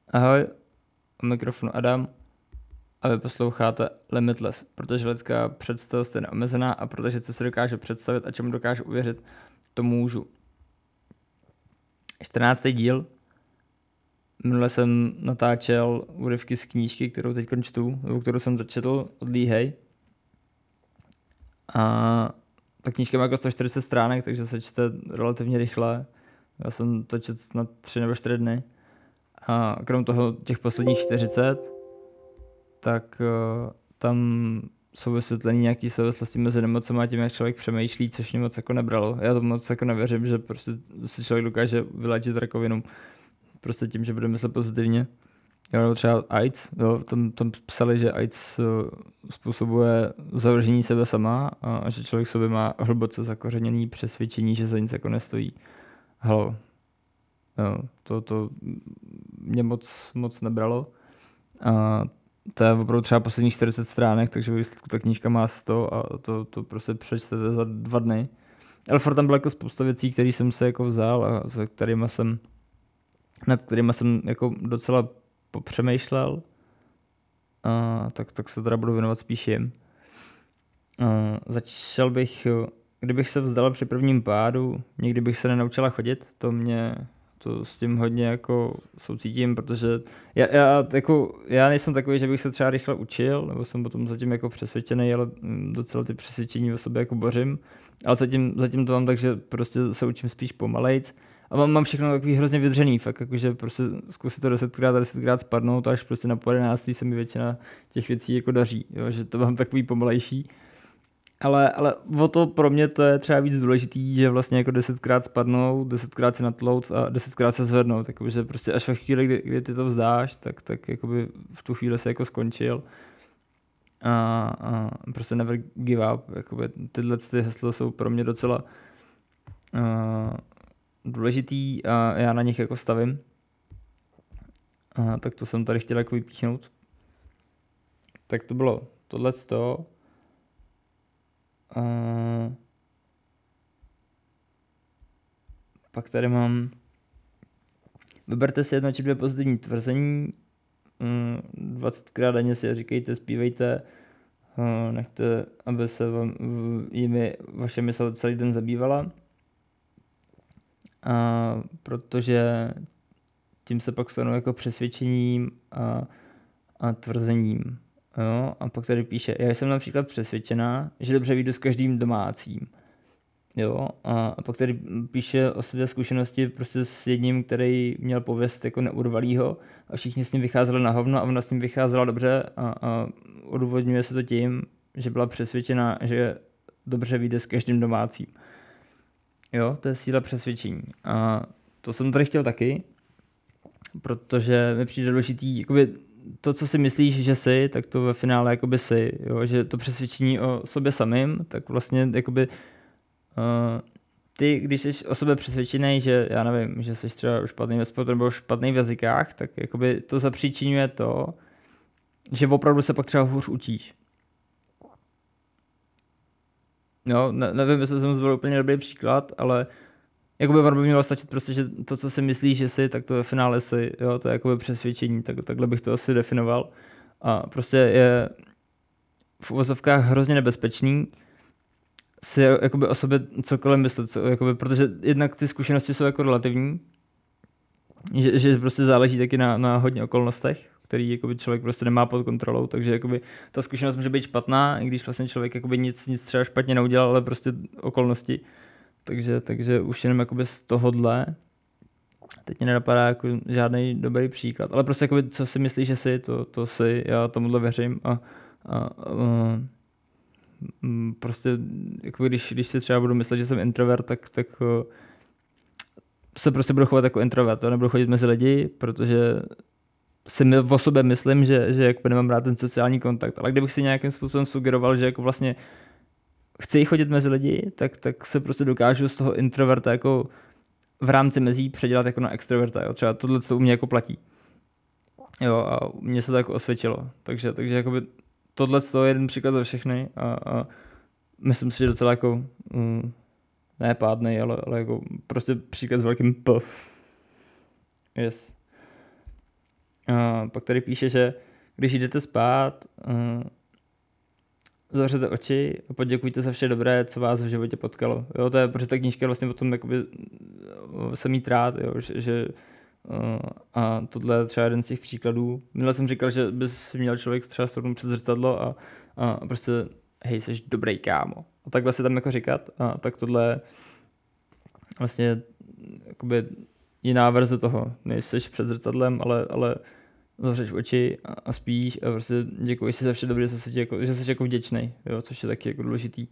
Ahoj, u mikrofonu Adam a vy posloucháte Limitless, protože lidská představost je neomezená a protože co si dokážu představit a čemu dokážu uvěřit, to můžu. 14. díl. Minule jsem natáčel úryvky z knížky, kterou teď čtu, nebo kterou jsem začetl od Lee Hay. A ta knížka má jako 140 stránek, takže se čte relativně rychle. Já jsem to četl na 3 nebo 4 dny. A krom toho těch posledních 40, tak tam jsou vysvětlený nějaký souvislosti mezi nemocemi a tím, jak člověk přemýšlí, což mě moc jako nebralo. Já to moc jako nevěřím, že prostě si člověk dokáže vyléčit rakovinu prostě tím, že bude myslet pozitivně. Jo, nebo třeba AIDS, jo, tam psali, že AIDS způsobuje zavržení sebe sama a že člověk v sobě má hluboce zakořeněný přesvědčení, že za nic jako nestojí. Halo. Jo, to mě moc nebralo. A to je opravdu třeba posledních 40 stránek, takže výsledku ta knížka má 100 a to prostě přečtete za 2 dny. Ale furt tam bylo jako spousta věcí, které jsem se jako vzal a nad kterýma jsem jako docela popřemýšlel. Tak se teda budu věnovat spíš jim. Začal bych, kdybych se vzdal při prvním pádu, nikdy bych se nenaučila chodit, to s tím hodně jako soucítím, protože já nejsem takový, že bych se třeba rychle učil, nebo jsem potom zatím jako přesvědčený, ale docela ty přesvědčení o sobě jako bořím. Ale zatím to mám tak, že prostě se učím spíš pomalejc. A mám všechno takový hrozně vydřený, fakt jakože prostě zkusit to 10krát a 10krát spadnout, až prostě na 11. se mi většina těch věcí jako daří, jo, že to mám takový pomalejší. Ale o to pro mě to je třeba víc důležitý, že vlastně jako 10krát spadnout, 10krát se natlout a 10krát se zvednout. Jakože prostě až ve chvíli, kdy ty to vzdáš, tak jakoby v tu chvíli se jako skončil. A prostě never give up. Jakoby tyhle ty hesla jsou pro mě docela důležitý a já na nich jako stavím. Tak to jsem tady chtěl jako vypíchnout. Tak to bylo tohleto. Pak tady mám: vyberte si 1 či 2 pozitivní tvrzení, 20krát denně si je říkejte, zpívejte, nechte, aby se jimi vaše mysl celý den zabývala, protože tím se pak stanou jako přesvědčením a tvrzením. Jo? A pak tady píše: já jsem například přesvědčená, že dobře vyjdu s každým domácím. Jo? A pak tady píše o své zkušenosti prostě s jedním, který měl pověst jako neurvalýho a všichni s ním vycházeli na hovno a ona s ním vycházela dobře a odůvodňuje se to tím, že byla přesvědčena, že dobře vyjde s každým domácím. Jo, to je síla přesvědčení. A to jsem tady chtěl taky, protože mi přijde důležitý, jakoby to, co si myslíš, že jsi, tak to ve finále jakoby jsi, jo? Že to přesvědčení o sobě samým, tak vlastně jakoby ty, když jsi o sobě přesvědčený, že já nevím, že jsi třeba špatný ve sportu nebo špatný v jazykách, tak jakoby to zapříčinuje to, že opravdu se pak třeba hůř učíš. Jo, nevím, jestli jsem zvolil úplně dobrý příklad, ale jakoby ono by mělo stačit prostě, že to, co si myslíš, že jsi, tak to ve finále jsi, jo, to je jakoby přesvědčení, takhle bych to asi definoval. A prostě je v uvozovkách hrozně nebezpečný si jakoby o sobě cokoliv myslet, jakoby, protože jednak ty zkušenosti jsou jako relativní, že prostě záleží taky na hodně okolnostech, který jakoby člověk prostě nemá pod kontrolou, takže jakoby ta zkušenost může být špatná, i když vlastně člověk jakoby nic třeba špatně neudělal, ale prostě okolnosti. Takže už jenom jakoby z tohohle teď mě nenapadá jako žádný dobrý příklad, ale prostě jakoby, co si myslíš, že jsi, to jsi, já tomuhle věřím a prostě jakoby, když si třeba budu myslet, že jsem introvert, tak se prostě budu chovat jako introvert, nebudu chodit mezi lidi, protože si o sobě myslím, že jako nemám rád ten sociální kontakt, ale kdybych si nějakým způsobem sugeroval, že jako vlastně chci chodit mezi lidi, tak se prostě dokážu z toho introverta jako v rámci mezí předělat jako na extroverta, jo. Třeba tohle u mě jako platí. Jo, a mně se to jako osvědčilo. Takže jakoby tohle je jeden příklad za všechny a myslím si, že docela jako ne pádnej, ale jako prostě příklad s velkým P. Yes. Pak tady píše, že když jdete spát, zavřete oči a poděkujte za vše dobré, co vás v životě potkalo. Jo, to je, protože ta knížka je vlastně o tom, jakoby jsem jí rád, jo, že a tohle je třeba jeden z těch příkladů. Minule jsem říkal, že by si měl člověk třeba stoupnout před zrcadlo a prostě hej, jsi dobrý kámo. A takhle si tam jako říkat, a tak tohle je vlastně jakoby jiná verze toho. Nejsi před zrcadlem, ale zavřeš oči a spíš a prostě děkuji si za vše dobré, že jsi jako vděčnej, jo, což je taky jako důležitý.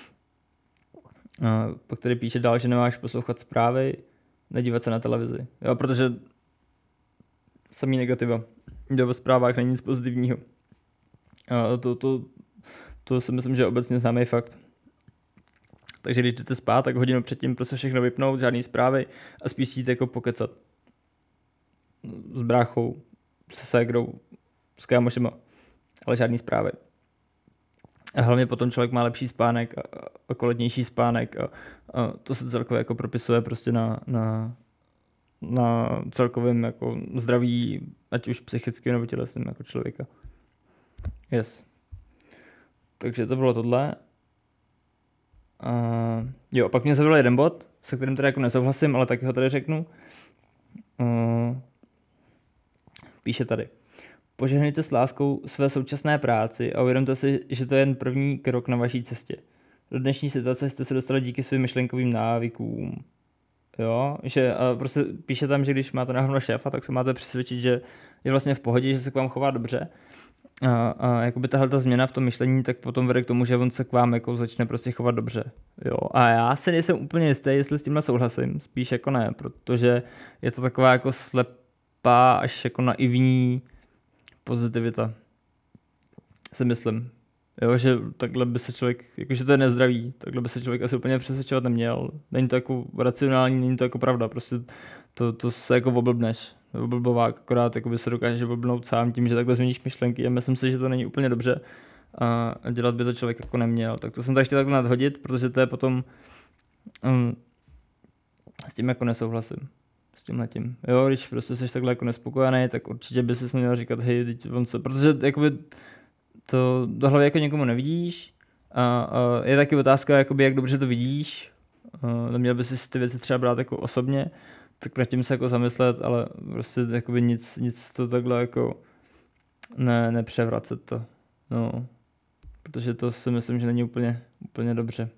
A pak tady píše dál, že nemáš poslouchat zprávy, nedívat se na televizi, jo, protože samý negativa. Ve zprávách není nic pozitivního. A to si myslím, že je obecně známý fakt. Takže když jdete spát, tak hodinu předtím prostě všechno vypnout, žádný zprávy a spíš jít jako pokecat. S bráchou, se ségrou, s kámošema, ale žádný zprávy. A hlavně potom člověk má lepší spánek a kvalitnější spánek a to se celkově jako propisuje prostě na celkovém jako zdraví, ať už psychickým nebo tělesným jako člověka. Yes. Takže to bylo tohle. Jo, pak mě zavěl jeden bod, se kterým teda jako nesouhlasím, ale taky ho tady řeknu. Píše tady. Požehnejte s láskou své současné práci a uvědomte si, že to je jen první krok na vaší cestě. Do dnešní situace jste se dostali díky svým myšlenkovým návykům. Jo, že a prostě píše tam, že když máte náhodou šéfa, tak se máte přesvědčit, že je vlastně v pohodě, že se k vám chová dobře. A jakoby tahle ta změna v tom myšlení tak potom vede k tomu, že on se k vám jako začne prostě chovat dobře. Jo, a já se nejsem úplně jistý, jestli s tímhle souhlasím, spíš jako ne, protože je to taková jako slepá až jako naivní pozitivita, si myslím. Jo, že takhle by se člověk, jakože to je nezdravý, takhle by se člověk asi úplně přesvědčovat neměl. Není to jako racionální, není to jako pravda, prostě to se jako oblbneš. Oblbovák, akorát jako by se dokážeš oblbnout sám tím, že takhle změníš myšlenky a myslím si, že to není úplně dobře a dělat by to člověk jako neměl. Tak to jsem tak chtěl takhle nadhodit, protože to je potom s tím jako nesouhlasím. S tímhletím. Jo, když prostě jsi takhle jako nespokojený, tak určitě by si měl říkat, hej, teď on se, protože jakoby to do hlavy jako někomu nevidíš a je taky otázka, jakoby, jak dobře to vidíš. Neměl by si ty věci třeba brát jako osobně, tak nad tím se jako zamyslet, ale prostě jakoby nic to takhle jako nepřevracet to. No, protože to si myslím, že není úplně dobře.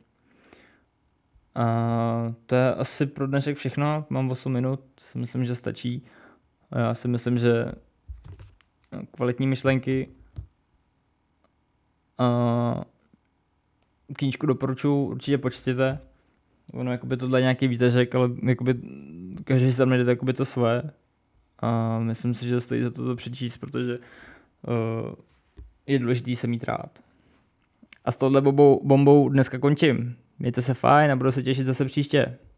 A to je asi pro dnešek všechno, mám 8 minut, si myslím, že stačí. A já si myslím, že kvalitní myšlenky knížku doporučuji, určitě počtěte. Ono jakoby tohle je nějaký výtažek, ale jakoby každý si tam najde jakoby to svoje. A myslím si, že stojí za to přečíst, protože je důležitý se mít rád. A s touhle bombou dneska končím. Mějte se fajn a budu se těšit zase příště.